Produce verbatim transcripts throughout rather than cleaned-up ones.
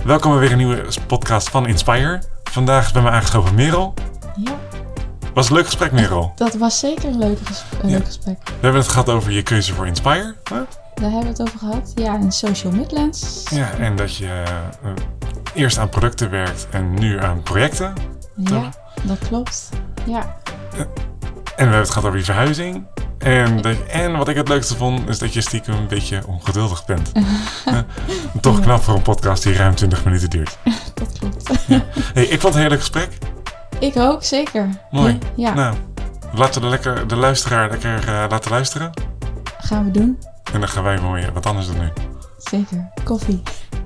Welkom bij weer een nieuwe podcast van Inspire. Vandaag is bij me aangeschoven Merel. Ja. Was het een leuk gesprek, Merel? Dat was zeker een leuk, ges- een Ja. leuk gesprek. We hebben het gehad over je keuze voor Inspire. Huh? Daar hebben we het over gehad. Ja, in Social Midlands. Ja, en dat je uh, eerst aan producten werkt en nu aan projecten. Ja, dat klopt. Ja. En we hebben het gehad over je verhuizing. En, dat, en wat ik het leukste vond, is dat je stiekem een beetje ongeduldig bent. uh, toch knap voor een podcast die ruim twintig minuten duurt. Dat klopt. Ja. Hey, ik vond het een heel leuk gesprek. Ik ook, zeker. Mooi. Ja, Nou, laten we de, lekker, de luisteraar lekker uh, laten luisteren. gaan we doen. En dan gaan wij mooi wat anders doen nu. Zeker. Koffie.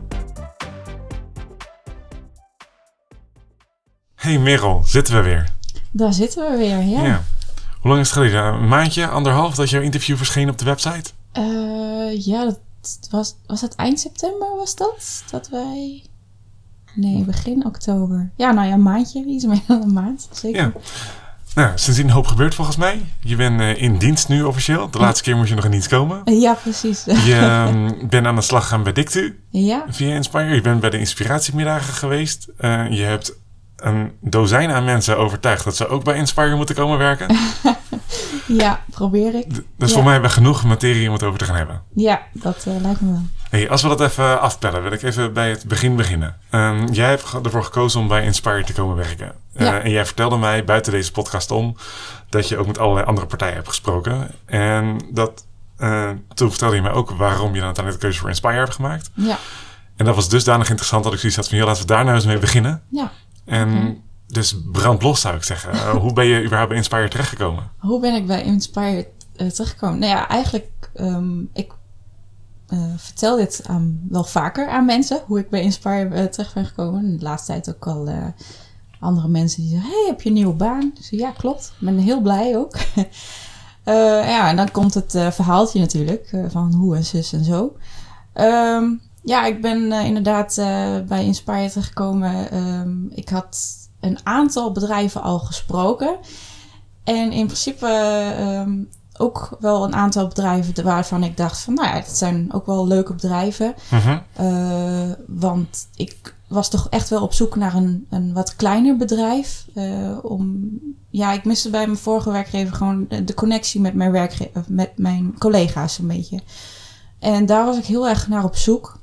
Hey Merel, zitten we weer. Daar zitten we weer, ja. Ja. Hoe lang is het geleden? Een maandje, anderhalf dat jouw interview verscheen op de website? Uh, ja, dat was, was het eind september was dat? Dat wij... Nee, begin oktober. Ja, nou ja, een maandje. Iets meer dan een maand. Zeker. Ja. Nou, sindsdien een hoop gebeurd volgens mij. Je bent uh, in dienst nu officieel. De laatste keer moest je nog in dienst komen. Uh, ja, precies. Je um, bent aan de slag gegaan bij Dictu. Ja. Via Inspire. Je bent bij de inspiratiemiddagen geweest. Uh, je hebt een dozijn aan mensen overtuigd dat ze ook bij Inspire moeten komen werken. Ja, probeer ik. Dus ja. voor mij hebben we genoeg materie om het over te gaan hebben. Ja, dat uh, lijkt me wel. Hey, als we dat even afpellen, wil ik even bij het begin beginnen. Um, jij hebt ervoor gekozen om bij Inspire te komen werken. Uh, Ja. En jij vertelde mij buiten deze podcast om dat je ook met allerlei andere partijen hebt gesproken. En dat, uh, toen vertelde je mij ook waarom je dan uiteindelijk de keuze voor Inspire hebt gemaakt. Ja. En dat was dusdanig interessant dat ik zoiets had van, joh, laten we daar nou eens mee beginnen. Ja. En Okay. Dus brand los, zou ik zeggen. Uh, hoe ben je überhaupt bij Inspire terechtgekomen? Hoe ben ik bij Inspire uh, terechtgekomen? Nou ja, eigenlijk, um, ik uh, vertel dit um, wel vaker aan mensen, hoe ik bij Inspire uh, terecht ben gekomen. De laatste tijd ook al uh, andere mensen die zeggen, hey, heb je een nieuwe baan? Ik zeg, ja, klopt. Ik ben heel blij ook. uh, ja, en dan komt het uh, verhaaltje natuurlijk, uh, van hoe en zus en zo. Um, ja, ik ben uh, inderdaad uh, bij Inspire terechtgekomen. Um, ik had een aantal bedrijven al gesproken. En in principe um, ook wel een aantal bedrijven waarvan ik dacht van, nou ja, dat zijn ook wel leuke bedrijven. Uh-huh. Uh, want ik was toch echt wel op zoek naar een, een wat kleiner bedrijf. Uh, om, ja, ik miste bij mijn vorige werkgever gewoon de connectie met mijn, werkge- met mijn collega's een beetje. En daar was ik heel erg naar op zoek.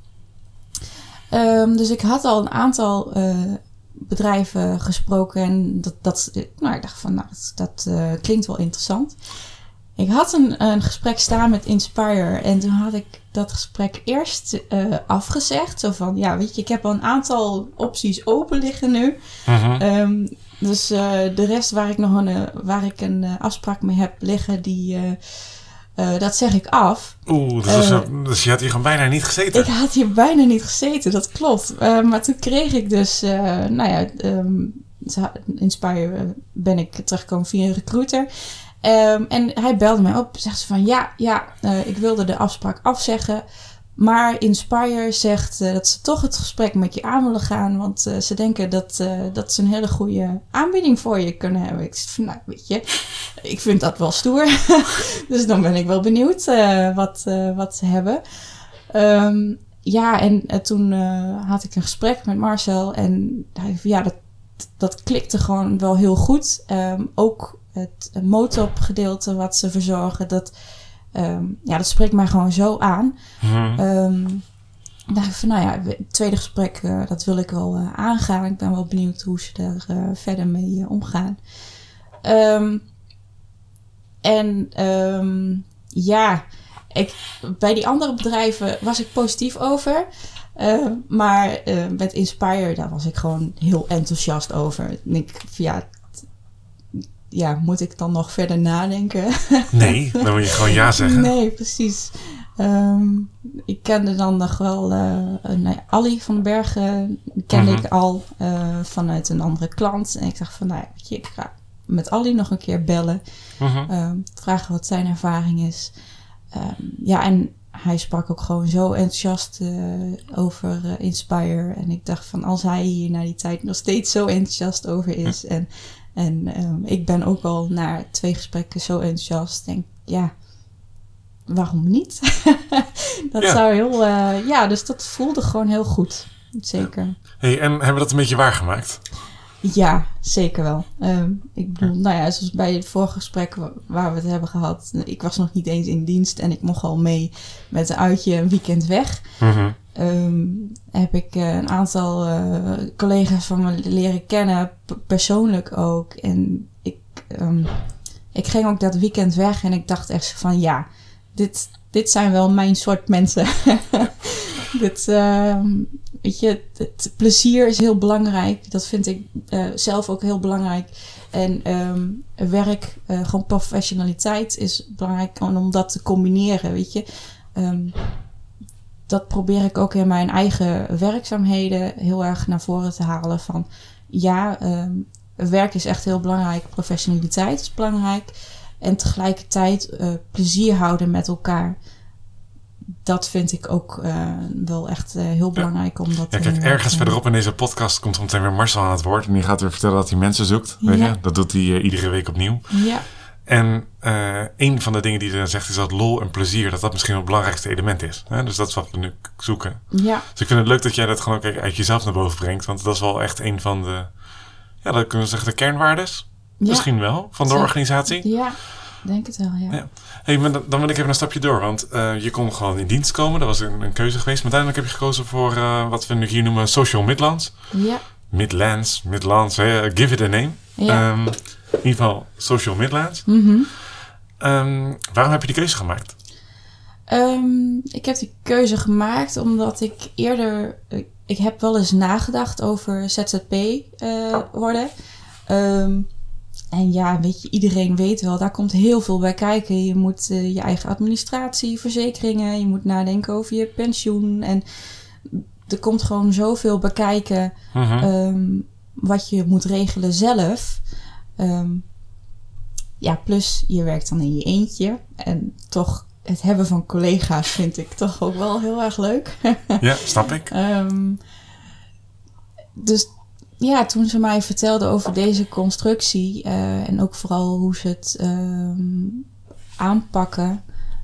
Um, dus ik had al een aantal uh, bedrijven gesproken en dat, dat, nou, ik dacht van, nou, dat, dat uh, klinkt wel interessant. Ik had een, een gesprek staan met Inspire en toen had ik dat gesprek eerst uh, afgezegd. Zo van, ja, weet je, ik heb al een aantal opties open liggen nu. Uh-huh. Um, dus uh, de rest waar ik nog een, uh, waar ik een uh, afspraak mee heb liggen, die... Uh, Uh, dat zeg ik af. Oeh, dus, uh, dus je had hier gewoon bijna niet gezeten. Ik had hier bijna niet gezeten, dat klopt. Uh, maar toen kreeg ik dus, uh, nou ja, um, Inspire ben ik teruggekomen via een recruiter. Um, en hij belde mij op, zegt ze van ja, ja, uh, ik wilde de afspraak afzeggen. Maar Inspire zegt uh, dat ze toch het gesprek met je aan willen gaan. Want uh, ze denken dat, uh, dat ze een hele goede aanbieding voor je kunnen hebben. Ik zeg van, nou, weet je, ik vind dat wel stoer. Dus dan ben ik wel benieuwd uh, wat, uh, wat ze hebben. Um, ja, en uh, toen uh, had ik een gesprek met Marcel. En hij, ja, dat, dat klikte gewoon wel heel goed. Um, ook het Motop gedeelte wat ze verzorgen, dat... Um, ja, dat spreekt mij gewoon zo aan. Hmm. Um, dan dacht ik van, nou ja, het tweede gesprek, uh, dat wil ik wel uh, aangaan. Ik ben wel benieuwd hoe ze daar uh, verder mee uh, omgaan. Um, en um, ja, ik, bij die andere bedrijven was ik positief over. Uh, maar uh, met Inspire, daar was ik gewoon heel enthousiast over. Ik denk, ja... Ja, moet ik dan nog verder nadenken? Nee, dan moet je gewoon ja zeggen. Nee, precies. Um, ik kende dan nog wel uh, nee, Ali van den Bergen. Kende uh-huh. ik al uh, vanuit een andere klant. En ik dacht van, nou ja, weet je, ik ga met Ali nog een keer bellen. Uh-huh. Um, vragen wat zijn ervaring is. Um, ja, en hij sprak ook gewoon zo enthousiast uh, over uh, Inspire. En ik dacht van, als hij hier na die tijd nog steeds zo enthousiast over is... Uh-huh. en En um, ik ben ook al na twee gesprekken zo enthousiast. Denk, ja, waarom niet? dat ja. zou heel... Uh, ja, dus dat voelde gewoon heel goed. zeker. Hey, en hebben we dat een beetje waargemaakt? Ja, zeker wel. Um, ik bedoel, nou ja, zoals bij het vorige gesprek waar we het hebben gehad. Ik was nog niet eens in dienst en ik mocht al mee met een uitje een weekend weg. Mm-hmm. Um, heb ik uh, een aantal uh, collega's van me leren kennen, p- persoonlijk ook. En ik, um, ik ging ook dat weekend weg en ik dacht echt van ja, dit, dit zijn wel mijn soort mensen. dit, uh, weet je, het plezier is heel belangrijk. Dat vind ik uh, zelf ook heel belangrijk. En um, werk, uh, gewoon professionaliteit is belangrijk om, om dat te combineren, weet je. Um, dat probeer ik ook in mijn eigen werkzaamheden heel erg naar voren te halen. Van ja, um, werk is echt heel belangrijk. Professionaliteit is belangrijk. En tegelijkertijd uh, plezier houden met elkaar. Dat vind ik ook uh, wel echt uh, heel belangrijk. Om dat ja, kijk, ergens uh, verderop in deze podcast komt meteen weer Marcel aan het woord. En die gaat weer vertellen dat hij mensen zoekt. Weet ja. je? Dat doet hij uh, iedere week opnieuw. Ja. En uh, een van de dingen die hij dan zegt is dat lol en plezier, dat dat misschien wel het belangrijkste element is. Hè? Dus dat is wat we nu zoeken. Ja. Dus ik vind het leuk dat jij dat gewoon ook uit jezelf naar boven brengt. Want dat is wel echt een van de, ja, dat kunnen we zeggen, de kernwaardes. Ja. Misschien wel, van de Zo. organisatie. Ja, denk het wel, ja. ja. Hey, maar dan, dan wil ik even een stapje door. Want uh, je kon gewoon in dienst komen. Dat was een, een keuze geweest. Maar uiteindelijk heb je gekozen voor uh, wat we nu hier noemen Social Midlands. Ja. Midlands, Midlands, hey, give it a name. Ja. Um, in ieder geval Social Midlands. Mm-hmm. Um, waarom heb je die keuze gemaakt? Um, ik heb die keuze gemaakt omdat ik eerder... Ik heb wel eens nagedacht over Z Z P uh, worden. Um, en ja, weet je, iedereen weet wel, daar komt heel veel bij kijken. Je moet uh, je eigen administratie, verzekeringen, je moet nadenken over je pensioen. En er komt gewoon zoveel bij kijken mm-hmm. um, wat je moet regelen zelf. Um, ja, plus je werkt dan in je eentje. En toch, het hebben van collega's vind ik toch ook wel heel erg leuk. Ja, snap ik. um, dus ja, toen ze mij vertelde over deze constructie uh, en ook vooral hoe ze het um, aanpakken,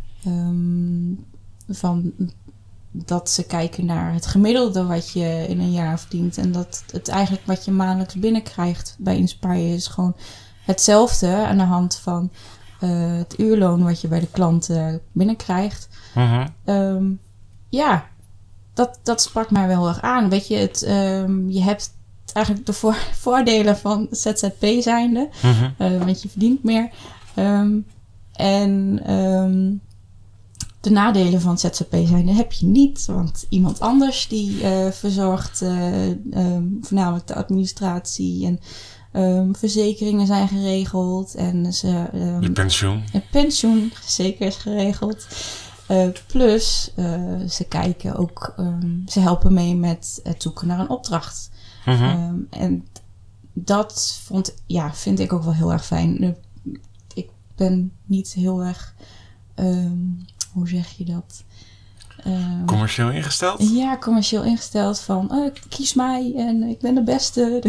um, van dat ze kijken naar het gemiddelde wat je in een jaar verdient en dat het eigenlijk wat je maandelijks binnenkrijgt bij Inspire is gewoon hetzelfde aan de hand van uh, het uurloon wat je bij de klanten binnenkrijgt. Mm-hmm. Um, ja, dat, dat sprak mij wel heel erg aan. Weet je, het, um, je hebt eigenlijk de voor, voordelen van Z Z P zijnde. Mm-hmm. Uh, want je verdient meer. Um, en um, de nadelen van Z Z P zijnde heb je niet. Want iemand anders die uh, verzorgt uh, um, voornamelijk de administratie en um, verzekeringen zijn geregeld. En ze, um, je pensioen. Het pensioen zeker is geregeld. Uh, plus, uh, ze kijken ook, um, ze helpen mee met het zoeken naar een opdracht. Mm-hmm. Um, en dat vond, ja, vind ik ook wel heel erg fijn. Ik ben niet heel erg, um, hoe zeg je dat? Um, commercieel ingesteld? Ja, commercieel ingesteld van uh, kies mij en ik ben de beste.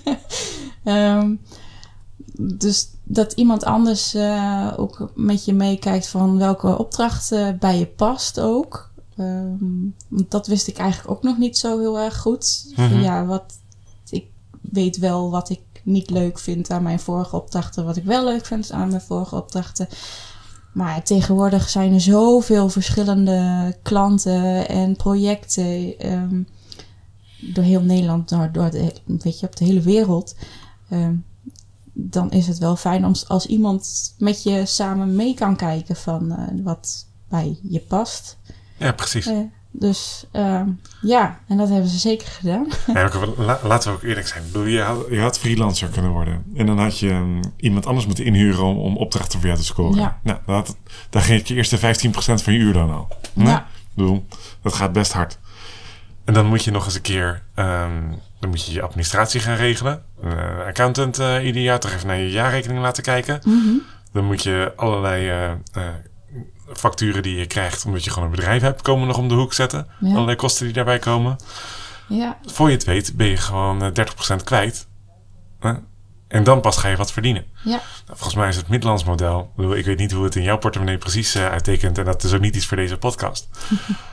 um, dus dat iemand anders uh, ook met je meekijkt van welke opdracht uh, bij je past ook. Um, want dat wist ik eigenlijk ook nog niet zo heel erg goed. Mm-hmm. Van, ja, wat, ik weet wel wat ik niet leuk vind aan mijn vorige opdrachten. Wat ik wel leuk vind aan mijn vorige opdrachten. Maar tegenwoordig zijn er zoveel verschillende klanten en projecten. Um, door heel Nederland, door, door de, weet je, op de hele wereld. Um, dan is het wel fijn om, als iemand met je samen mee kan kijken van uh, wat bij je past. Ja, precies. Uh, dus uh, ja, en dat hebben ze zeker gedaan. Ja, laten we ook eerlijk zijn. Ik bedoel, je, had, je had freelancer kunnen worden. En dan had je um, iemand anders moeten inhuren om, om opdrachten voor jou te scoren. Ja. Nou, dan, had, dan ging je eerst de vijftien procent van je uur dan al. Nee? Ja. Ik bedoel, dat gaat best hard. En dan moet je nog eens een keer... Um, dan moet je je administratie gaan regelen. Uh, accountant uh, ieder jaar toch even naar je jaarrekening laten kijken. Mm-hmm. Dan moet je allerlei uh, uh, facturen die je krijgt... omdat je gewoon een bedrijf hebt, komen nog om de hoek zetten. Ja. Allerlei kosten die daarbij komen. Ja. Voor je het weet ben je gewoon uh, dertig procent kwijt. Uh, en dan pas ga je wat verdienen. Ja. Nou, volgens mij is het Midlands model... Ik weet niet hoe het in jouw portemonnee precies uh, uittekent... en dat is ook niet iets voor deze podcast...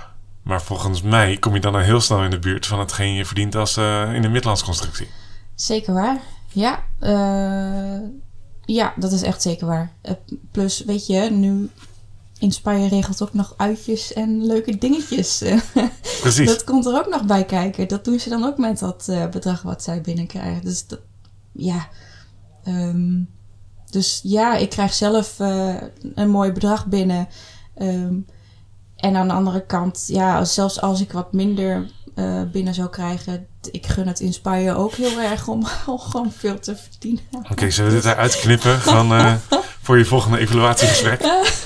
Maar volgens mij kom je dan al heel snel in de buurt van hetgeen je verdient als uh, in de midlandsconstructie. Zeker waar. Ja, uh, ja, dat is echt zeker waar. Uh, plus, weet je, nu Inspire regelt ook nog uitjes en leuke dingetjes. Precies. Dat komt er ook nog bij kijken. Dat doen ze dan ook met dat uh, bedrag wat zij binnenkrijgen. Dus dat, ja. Um, dus ja, ik krijg zelf uh, een mooi bedrag binnen. Um, en aan de andere kant, ja, zelfs als ik wat minder uh, binnen zou krijgen, ik gun het Inspire ook heel erg om, om gewoon veel te verdienen. Oké, okay, zullen we dit eruit knippen? Gewoon uh, voor je volgende evaluatiegesprek.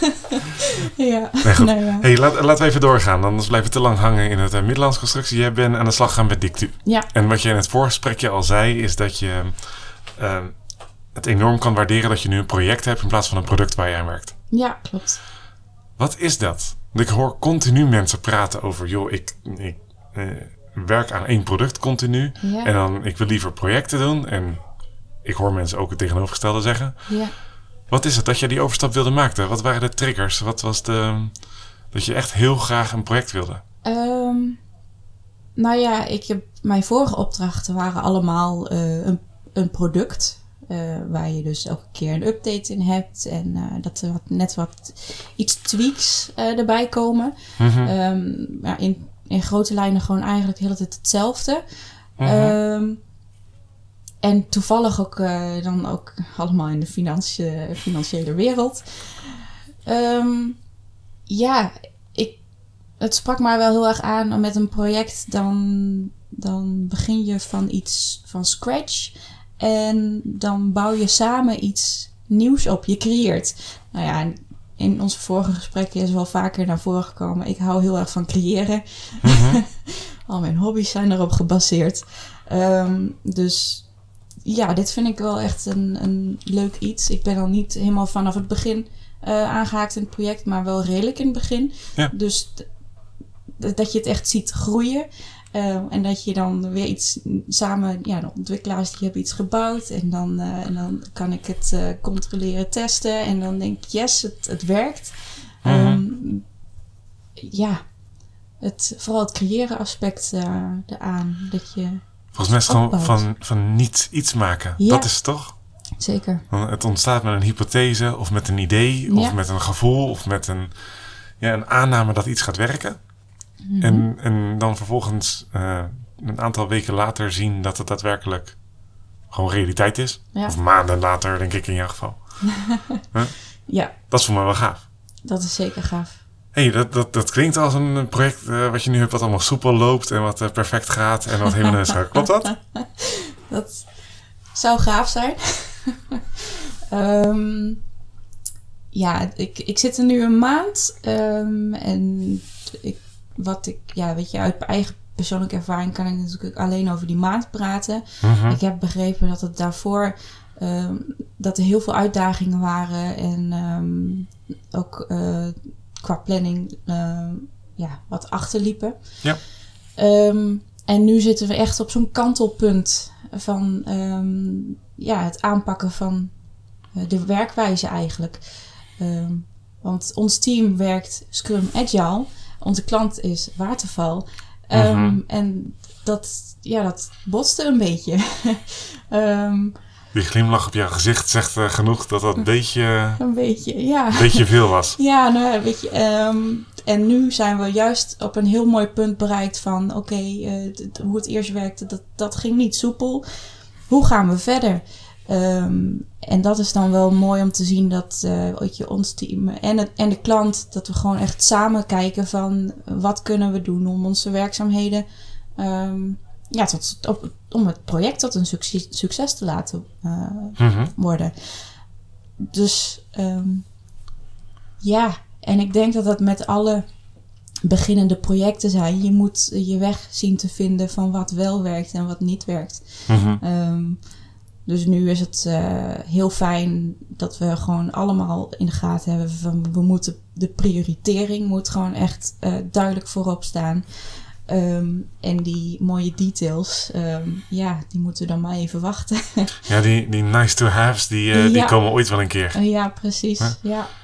Ja. Nee, goed. Nou ja. Hey, laat, laten we even doorgaan. Anders blijven we te lang hangen in het uh, Midlandsconstructie. Jij bent aan de slag gaan met Dictu. Ja. En wat je in het voorgesprekje al zei, is dat je uh, het enorm kan waarderen dat je nu een project hebt in plaats van een product waar je aan werkt. Ja, klopt. Wat is dat? Ik hoor continu mensen praten over, joh, ik, ik uh, werk aan één product continu. Ja. En dan, ik wil liever projecten doen. En ik hoor mensen ook het tegenovergestelde zeggen. Ja. Wat is het dat je die overstap wilde maken? Wat waren de triggers? Wat was de, dat je echt heel graag een project wilde? Um, nou ja, ik heb, mijn vorige opdrachten waren allemaal uh, een, een product. Uh, waar je dus elke keer een update in hebt. En uh, dat er wat, net wat iets tweaks uh, erbij komen. Mm-hmm. Um, ja, in, in grote lijnen gewoon eigenlijk de hele tijd hetzelfde. Mm-hmm. Um, en toevallig ook uh, dan ook allemaal in de financi- financiële wereld. Um, ja, ik, het sprak mij wel heel erg aan. Met een project dan, dan begin je van iets van scratch. En dan bouw je samen iets nieuws op. Je creëert. Nou ja, in onze vorige gesprekken is wel vaker naar voren gekomen. Ik hou heel erg van creëren. Mm-hmm. Al mijn hobby's zijn erop gebaseerd. Um, dus ja, dit vind ik wel echt een, een leuk iets. Ik ben al niet helemaal vanaf het begin uh, aangehaakt in het project. Maar wel redelijk in het begin. Ja. Dus d- dat je het echt ziet groeien. Uh, en dat je dan weer iets samen, ja, de ontwikkelaars die hebben iets gebouwd. En dan, uh, en dan kan ik het uh, controleren, testen. En dan denk ik, yes, het, het werkt. Mm-hmm. Um, ja, het, vooral het creëren aspect uh, eraan. Dat je Volgens mij is het gewoon van, van niets iets maken. Ja. Dat is het toch? Zeker. Het ontstaat met een hypothese of met een idee. Ja. Of met een gevoel. Of met een, ja, een aanname dat iets gaat werken. Mm-hmm. En, en dan vervolgens uh, een aantal weken later zien dat het daadwerkelijk gewoon realiteit is. Ja. Of maanden later, denk ik in jouw geval. huh? Ja, Dat is voor mij wel gaaf. dat is zeker gaaf. Hé, hey, dat, dat, dat klinkt als een project uh, wat je nu hebt wat allemaal soepel loopt en wat uh, perfect gaat en wat helemaal is gaat. Klopt dat? Dat zou gaaf zijn. um, ja, ik, ik zit er nu een maand. Um, en ik, wat ik, ja, weet je, uit mijn eigen persoonlijke ervaring kan ik natuurlijk alleen over die maand praten. Mm-hmm. Ik heb begrepen dat het daarvoor, um, dat er heel veel uitdagingen waren. En um, ook uh, qua planning uh, ja, wat achterliepen. Ja. Um, en nu zitten we echt op zo'n kantelpunt van um, ja, het aanpakken van uh, de werkwijze eigenlijk. Um, want ons team werkt Scrum Agile. Onze klant is Waterval. Um, Mm-hmm. En dat, ja, dat botste een beetje. um, Die glimlach op jouw gezicht zegt uh, genoeg dat dat een beetje, een beetje, ja. een beetje veel was. Ja, nou ja, weet je. Um, en nu zijn we juist op een heel mooi punt bereikt van oké, okay, uh, d- hoe het eerst werkte, dat, dat ging niet soepel. Hoe gaan we verder? Um, en dat is dan wel mooi om te zien dat uh, weet je, ons team en, het, en de klant, dat we gewoon echt samen kijken van wat kunnen we doen om onze werkzaamheden, um, ja, tot, op, om het project tot een succes, succes te laten uh, Mm-hmm. worden. Dus um, ja, en ik denk dat dat met alle beginnende projecten zijn. Je moet je weg zien te vinden van wat wel werkt en wat niet werkt. Mm-hmm. Um, dus nu is het uh, heel fijn dat we gewoon allemaal in de gaten hebben van we moeten, de prioritering moet gewoon echt uh, duidelijk voorop staan. Um, en die mooie details, um, ja, die moeten we dan maar even wachten. Ja, die, die nice to haves, die, uh, Ja. die komen ooit wel een keer. Uh, ja, precies. Huh? Ja.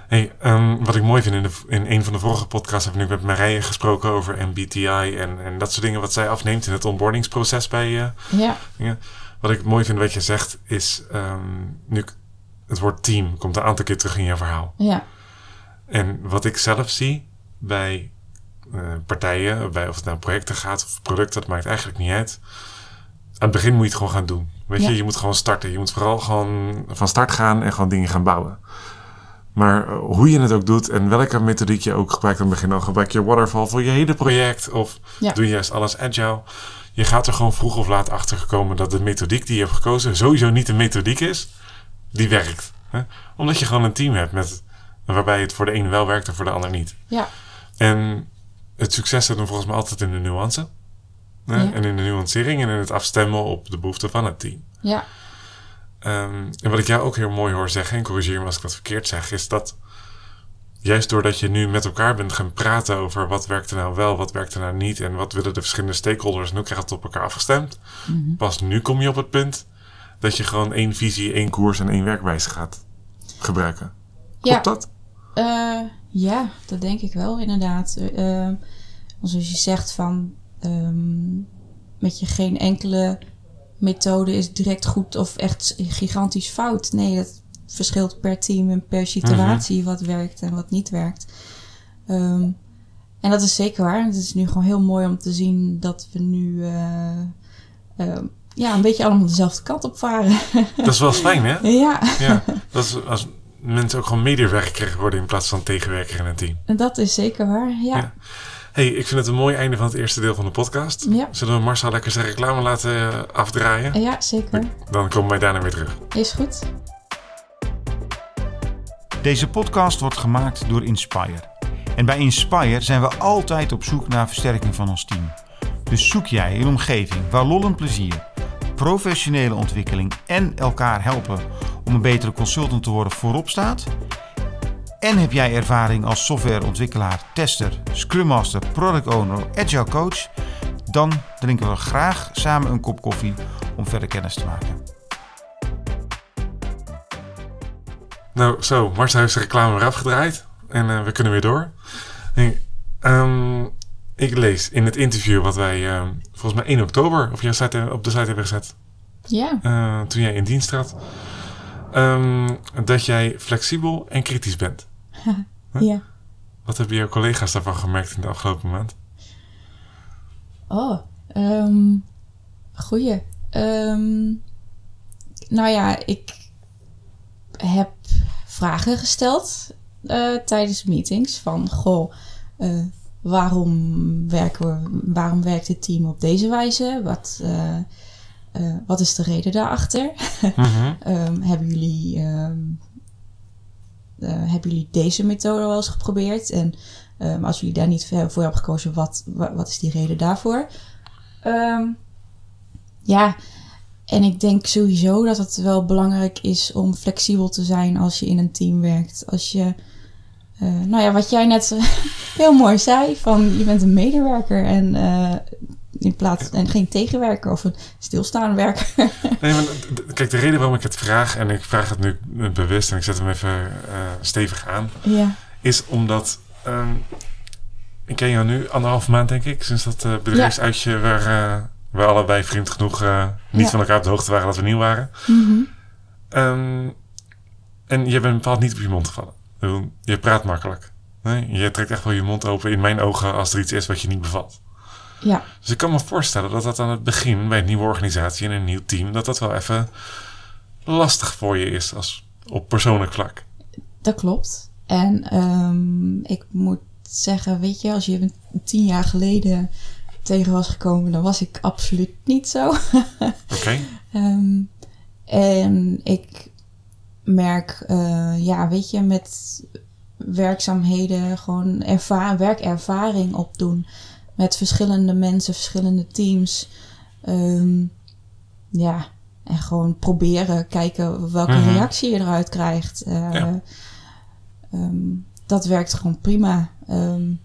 Hey, um, wat ik mooi vind, in, de, in een van de vorige podcasts heb ik nu met Marije gesproken over M B T I en, en dat soort dingen wat zij afneemt in het onboardingsproces bij je. Uh, Ja. Dingen. Wat ik mooi vind wat je zegt is, um, nu het woord team komt een aantal keer terug in je verhaal. Ja. En wat ik zelf zie bij uh, partijen, bij of het nou projecten gaat of producten, dat maakt eigenlijk niet uit. Aan het begin moet je het gewoon gaan doen. Weet Ja. je, je moet gewoon starten. Je moet vooral gewoon van start gaan en gewoon dingen gaan bouwen. Maar uh, hoe je het ook doet en welke methodiek je ook gebruikt aan het begin, dan gebruik je waterfall voor je hele project of Ja. doe je juist alles agile. Je gaat er gewoon vroeg of laat achter komen dat de methodiek die je hebt gekozen sowieso niet de methodiek is die werkt. Hè? Omdat je gewoon een team hebt met, waarbij het voor de ene wel werkt en voor de ander niet. Ja. En het succes zit hem volgens mij altijd in de nuance. Hè? Ja. En in de nuancering en in het afstemmen op de behoeften van het team. Ja. Um, en wat ik jou ook heel mooi hoor zeggen, en corrigeer me als ik dat verkeerd zeg, is dat juist doordat je nu met elkaar bent gaan praten over wat werkt er nou wel, wat werkt er nou niet en wat willen de verschillende stakeholders en hoe krijgt het op elkaar afgestemd. Mm-hmm. Pas nu kom je op het punt dat je gewoon één visie, één koers en één werkwijze gaat gebruiken. Klopt Ja. dat? Uh, ja, dat denk ik wel inderdaad. Uh, zoals je zegt van um, met je geen enkele methode is direct goed of echt gigantisch fout. Nee, dat verschilt per team en per situatie mm-hmm. wat werkt en wat niet werkt. Um, en dat is zeker waar. Het is nu gewoon heel mooi om te zien dat we nu uh, uh, ja, een beetje allemaal dezelfde kant op varen. Dat is wel fijn, hè? Ja. Ja, dat is als mensen ook gewoon medewerker worden in plaats van tegenwerker in een team. En dat is zeker waar, ja. ja. Hey, ik vind het een mooi einde van het eerste deel van de podcast. Ja. Zullen we Marcel lekker zijn reclame laten afdraaien? Ja, zeker. Dan komen wij daarna weer terug. Is goed. Deze podcast wordt gemaakt door Inspire. En bij Inspire zijn we altijd op zoek naar versterking van ons team. Dus zoek jij een omgeving waar lol en plezier, professionele ontwikkeling en elkaar helpen om een betere consultant te worden voorop staat? En heb jij ervaring als softwareontwikkelaar, tester, Scrum Master, Product Owner, Agile Coach? Dan drinken we graag samen een kop koffie om verder kennis te maken. Nou, zo, Marcel heeft de reclame weer afgedraaid en uh, we kunnen weer door. Hey, um, ik lees in het interview wat wij uh, volgens mij één oktober op, jouw site, op de site hebben gezet. Ja. Uh, toen jij in dienst trad. Um, dat jij flexibel en kritisch bent. Huh? Ja. Wat hebben jouw collega's daarvan gemerkt in de afgelopen maand? Oh, um, goeie. Um, nou ja, ik heb vragen gesteld uh, tijdens meetings van, goh, uh, waarom werken we, waarom werkt het team op deze wijze? Wat, uh, uh, wat is de reden daarachter? Mm-hmm. um, hebben jullie um, uh, hebben jullie deze methode wel eens geprobeerd? En um, als jullie daar niet voor hebben gekozen, wat, wat is die reden daarvoor? Um, ja, en ik denk sowieso dat het wel belangrijk is om flexibel te zijn als je in een team werkt. Als je, uh, nou ja, wat jij net heel mooi zei, van je bent een medewerker en uh, in plaats en geen tegenwerker of een stilstaande werker. Nee, maar kijk, de reden waarom ik het vraag, en ik vraag het nu bewust en ik zet hem even uh, stevig aan, ja. is omdat um, ik ken jou nu anderhalf maand, denk ik, sinds dat uh, bedrijfsuitje ja. waar uh, we allebei vriend genoeg uh, niet ja. van elkaar op de hoogte waren dat we nieuw waren. Mm-hmm. Um, en je bent bepaald niet op je mond gevallen. Je praat makkelijk. Nee? Je trekt echt wel je mond open in mijn ogen als er iets is wat je niet bevalt. Ja. Dus ik kan me voorstellen dat dat aan het begin bij een nieuwe organisatie en een nieuw team, dat dat wel even lastig voor je is als op persoonlijk vlak. Dat klopt. En um, ik moet zeggen, weet je, als je tien jaar geleden tegen was gekomen, dan was ik absoluut niet zo. Oké. Okay. um, en ik merk, uh, ja, weet je, met werkzaamheden gewoon erva- werkervaring opdoen met verschillende mensen, verschillende teams. Um, ja, en gewoon proberen, kijken welke mm-hmm. reactie je eruit krijgt. Uh, ja. um, dat werkt gewoon prima. Um,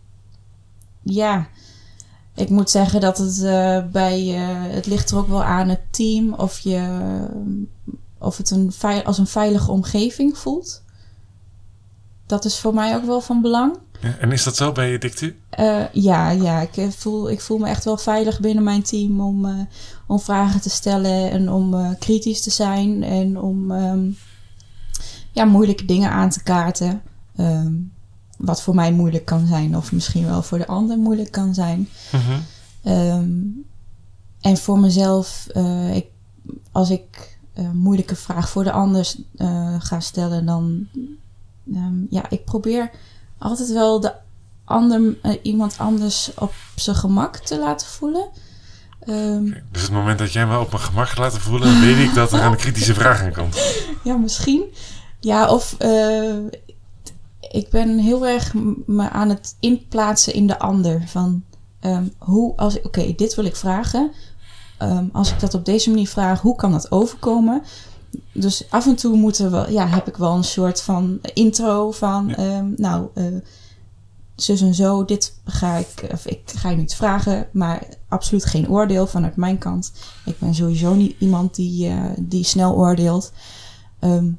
ja, ik moet zeggen dat het uh, bij... Uh, het ligt er ook wel aan het team of je... Uh, of het een veil- als een veilige omgeving voelt. dat is voor mij ook wel van belang. Ja, en is dat zo bij Dictu? Uh, ja, ja ik, voel, ik voel me echt wel veilig binnen mijn team om, uh, om vragen te stellen en om uh, kritisch te zijn en om um, ja, moeilijke dingen aan te kaarten. Um, wat voor mij moeilijk kan zijn of misschien wel voor de ander moeilijk kan zijn. Mm-hmm. Um, en voor mezelf, uh, ik, als ik uh, moeilijke vraag voor de ander uh, ga stellen, dan um, ja, ik probeer altijd wel de ander, uh, iemand anders op zijn gemak te laten voelen. Um, okay, dus het moment dat jij me op mijn gemak gaat laten voelen, dan weet ik dat er een kritische vraag aan komt. Ja, misschien. Ja, of uh, ik ben heel erg me aan het inplaatsen in de ander. Van um, hoe, als ik, oké, okay, dit wil ik vragen. Um, als ik dat op deze manier vraag, hoe kan dat overkomen? Dus af en toe moeten we, ja, heb ik wel een soort van intro van, ja. um, nou, uh, zus en zo, dit ga ik, of ik ga je niet vragen, maar absoluut geen oordeel vanuit mijn kant. Ik ben sowieso niet iemand die, uh, die snel oordeelt. Um,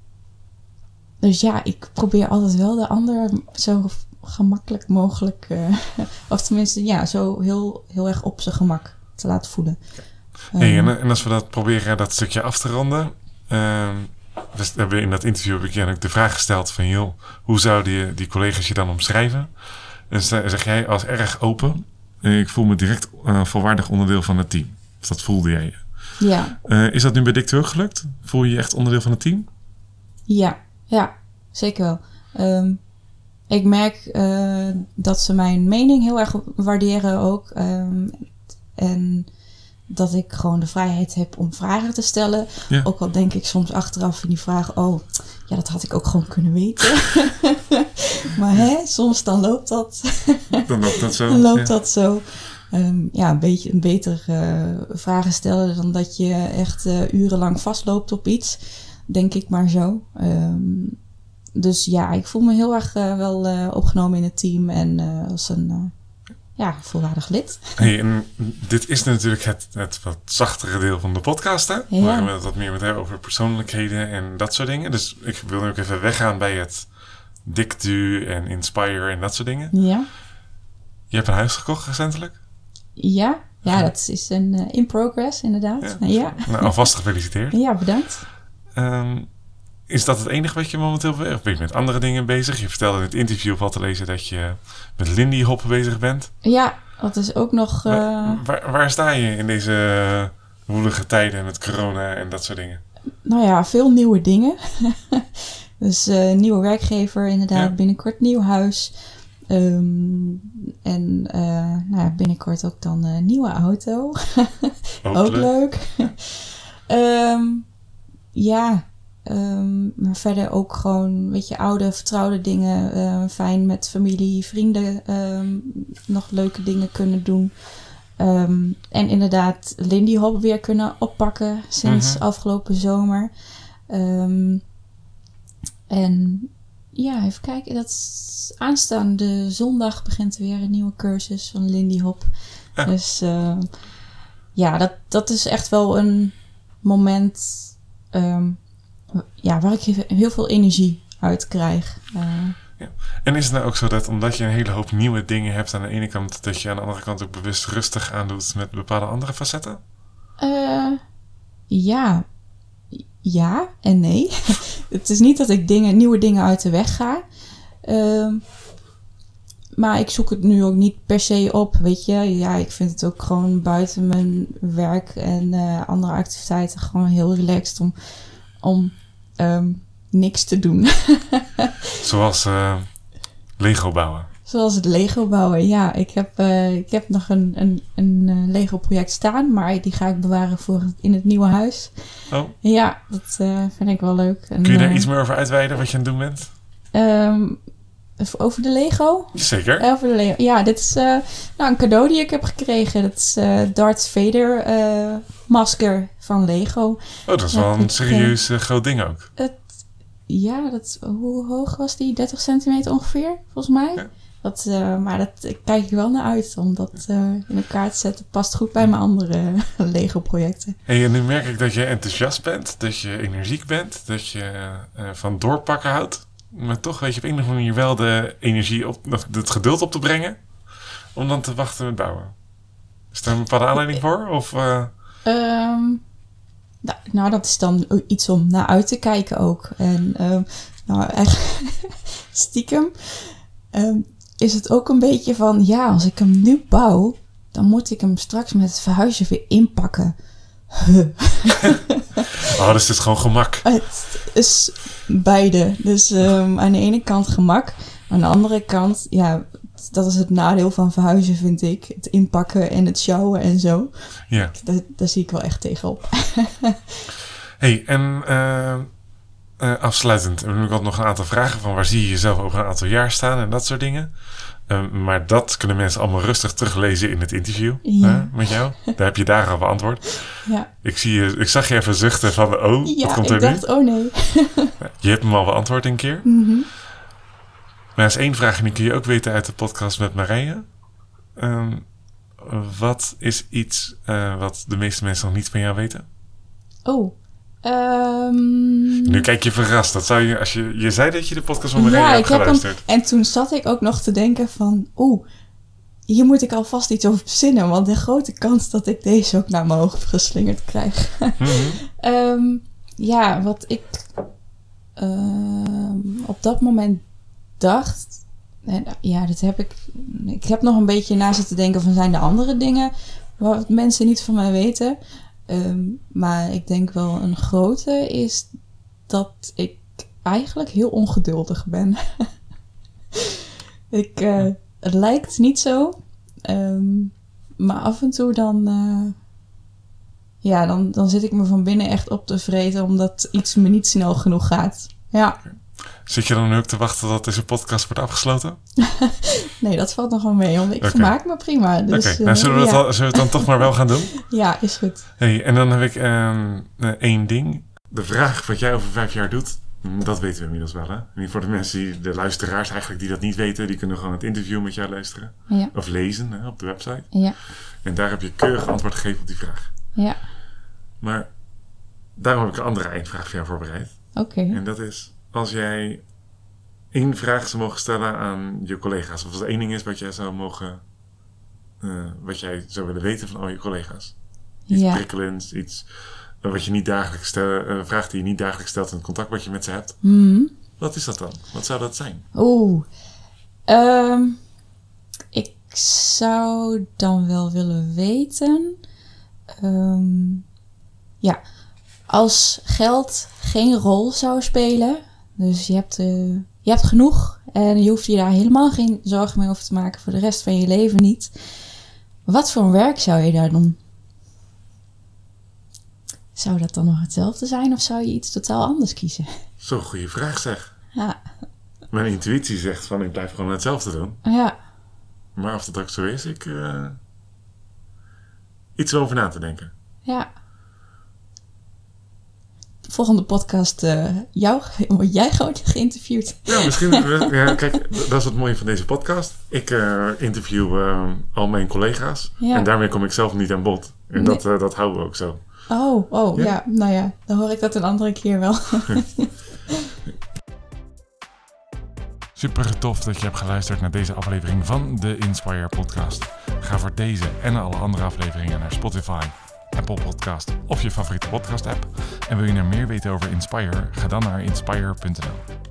dus ja, ik probeer altijd wel de ander zo gemakkelijk mogelijk, uh, of tenminste, ja, zo heel, heel erg op zijn gemak te laten voelen. Hey, um, en, en als we dat proberen dat stukje af te ronden. Um, we hebben in dat interview heb ik je ook de vraag gesteld van joh, hoe zouden die, die collega's je dan omschrijven? En dan zeg jij als erg open. Ik voel me direct uh, volwaardig onderdeel van het team. Of dat voelde jij je? Ja. Uh, is dat nu bij Dictu ook gelukt? Voel je je echt onderdeel van het team? Ja, ja, zeker wel. Um, ik merk uh, dat ze mijn mening heel erg waarderen ook. Um, en dat ik gewoon de vrijheid heb om vragen te stellen. Ja. Ook al denk ik soms achteraf in die vraag, oh, ja, dat had ik ook gewoon kunnen weten. Maar hè, soms dan loopt dat. Dan loopt dat zo. Dan loopt ja. dat zo. Um, ja, een beetje een beter uh, vragen stellen dan dat je echt uh, urenlang vastloopt op iets. Denk ik maar zo. Um, dus ja, ik voel me heel erg uh, wel uh, opgenomen in het team en uh, als een uh, ja, volwaardig lid. Hey, en dit is natuurlijk het, het wat zachtere deel van de podcast, hè? Ja. Waar we het wat meer met hebben over persoonlijkheden en dat soort dingen. Dus ik wil nu ook even weggaan bij het Dictu en Inspire en dat soort dingen. Ja. Je hebt een huis gekocht recentelijk? Ja, ja, dat is een uh, in progress inderdaad. Ja. Ja. Nou, alvast gefeliciteerd. Ja, bedankt. Um, is dat het enige wat je momenteel of ben je met andere dingen bezig? Je vertelde in het interview wat te lezen dat je met Lindy Hop bezig bent. Ja, dat is ook nog... Uh... Waar, waar, waar sta je in deze woelige tijden met corona en dat soort dingen? Nou ja, veel nieuwe dingen. Dus uh, nieuwe werkgever inderdaad, ja. Binnenkort nieuw huis. Um, en uh, nou ja, binnenkort ook dan een nieuwe auto. Ook, ook leuk. um, ja, um, maar verder ook gewoon, weet je, oude, vertrouwde dingen. Uh, fijn met familie, vrienden um, nog leuke dingen kunnen doen. Um, en inderdaad Lindy Hop weer kunnen oppakken sinds mm-hmm. afgelopen zomer. Um, en ja, even kijken. Dat is aanstaande zondag begint weer een nieuwe cursus van Lindy Hop. Ja. Dus uh, ja, dat, dat is echt wel een moment um, ja, waar ik heel veel energie uit krijg. Uh, ja. En is het nou ook zo dat omdat je een hele hoop nieuwe dingen hebt aan de ene kant, dat je aan de andere kant ook bewust rustig aandoet met bepaalde andere facetten? Uh, ja. Ja en nee. Het is niet dat ik dingen, nieuwe dingen uit de weg ga. Uh, maar ik zoek het nu ook niet per se op, weet je. Ja, ik vind het ook gewoon buiten mijn werk en uh, andere activiteiten gewoon heel relaxed om, om um, niks te doen. Zoals uh, Lego bouwen. Zoals het Lego bouwen, ja. Ik heb, uh, ik heb nog een, een, een uh, Lego project staan, maar die ga ik bewaren voor in het nieuwe huis. Oh. Ja, dat uh, vind ik wel leuk. En, kun je daar uh, iets meer over uitweiden wat je aan het doen bent? Um, over de Lego? Zeker. Uh, over de Lego. Ja, dit is uh, nou, een cadeau die ik heb gekregen. Dat is uh, Darth Vader uh, masker van Lego. Oh, dat is wel een serieus uh, groot ding ook. Het, ja, dat, hoe hoog was die? dertig centimeter ongeveer, volgens mij. Ja. Dat, uh, maar dat kijk ik wel naar uit om dat uh, in elkaar te zetten. Past goed bij mijn andere uh, Lego-projecten. Hey, en nu merk ik dat je enthousiast bent, dat je energiek bent, dat je uh, van doorpakken houdt. maar toch weet je op een of andere manier wel de energie, op, het geduld op te brengen om dan te wachten met bouwen. Is daar een bepaalde aanleiding voor? Of, uh... um, nou, nou, dat is dan iets om naar uit te kijken ook. En um, nou, eigenlijk stiekem um, is het ook een beetje van, ja, als ik hem nu bouw, dan moet ik hem straks met het verhuisje weer inpakken. Oh, dus het is gewoon gemak. Het is beide. Dus um, aan de ene kant gemak. Aan de andere kant, ja, dat is het nadeel van verhuizen, vind ik. Het inpakken en het sjouwen en zo. Ja. Daar, daar zie ik wel echt tegenop. Hey, en uh, uh, afsluitend heb ik altijd nog een aantal vragen van waar zie je jezelf over een aantal jaar staan en dat soort dingen. Uh, maar dat kunnen mensen allemaal rustig teruglezen in het interview ja. uh, met jou. Daar heb je daar al beantwoord. Ja. Ik, zie je, ik zag je even zuchten van, oh, ja, wat komt er nu? Ja, ik dacht, oh nee. Je hebt hem al beantwoord een keer. Mm-hmm. Maar er is één vraag en die kun je ook weten uit de podcast met Marije. Um, wat is iets uh, wat de meeste mensen nog niet van jou weten? Oh. Um... Nu kijk je verrast. Dat zou je, als je, je zei dat je de podcast van Marije ja, hebt ik heb geluisterd. Hem, en toen zat ik ook nog te denken van, oeh, hier moet ik alvast iets over verzinnen. Want de grote kans dat ik deze ook naar mijn ogen geslingerd krijg. Mm-hmm. um, ja, wat ik um, op dat moment dacht. En ja, dat heb ik. Ik heb nog een beetje na zitten denken van, zijn er andere dingen wat mensen niet van mij weten. Um, maar ik denk wel een grote is dat ik eigenlijk heel ongeduldig ben. ik, uh, het lijkt niet zo. Um, maar af en toe dan, uh, ja, dan, dan zit ik me van binnen echt op te vreten omdat iets me niet snel genoeg gaat. Ja. Zit je dan nu ook te wachten dat deze podcast wordt afgesloten? Nee, dat valt nog wel mee, want ik okay. vermaak me prima. Dus, Oké, okay. nou, zullen, we uh, ja. al, zullen we het dan toch maar wel gaan doen? Ja, is goed. Hey, en dan heb ik um, uh, één ding. De vraag wat jij over vijf jaar doet, dat weten we inmiddels wel, hè? Niet voor de mensen, die, de luisteraars eigenlijk die dat niet weten, die kunnen gewoon het interview met jou luisteren. Ja. Of lezen, hè, op de website. Ja. En daar heb je keurig antwoord gegeven op die vraag. Ja. Maar daarom heb ik een andere eindvraag voor jou voorbereid. Oké. Okay. En dat is, als jij één vraag zou mogen stellen aan je collega's, of als er één ding is wat jij zou mogen, uh, wat jij zou willen weten van al je collega's. Iets ja. prikkelends, iets uh, wat je niet dagelijks stelt, een uh, vraag die je niet dagelijks stelt in het contact wat je met ze hebt. Mm. Wat is dat dan? Wat zou dat zijn? Oeh. Um, ik zou dan wel willen weten. Um, ja, als geld geen rol zou spelen. Dus je hebt, uh, je hebt genoeg. En je hoeft je daar helemaal geen zorgen meer over te maken voor de rest van je leven niet. Wat voor werk zou je daar doen? Zou dat dan nog hetzelfde zijn of zou je iets totaal anders kiezen? Zo'n goede vraag zeg. Ja. Mijn intuïtie zegt van ik blijf gewoon hetzelfde doen. Ja. Maar of dat ook zo is, ik... Uh, iets over na te denken. Ja. Volgende podcast, uh, jou, word jij gewoon geïnterviewd. Ja, misschien. Ja, kijk, dat is het mooie van deze podcast. Ik uh, interview uh, al mijn collega's. Ja. En daarmee kom ik zelf niet aan bod. En nee. dat, uh, dat houden we ook zo. Oh, oh ja. ja. Nou ja, dan hoor ik dat een andere keer wel. Super tof dat je hebt geluisterd naar deze aflevering van de Inspire podcast. Ga voor deze en alle andere afleveringen naar Spotify, Apple Podcast of je favoriete podcast app. En wil je nou meer weten over Inspire? Ga dan naar inspire punt n l.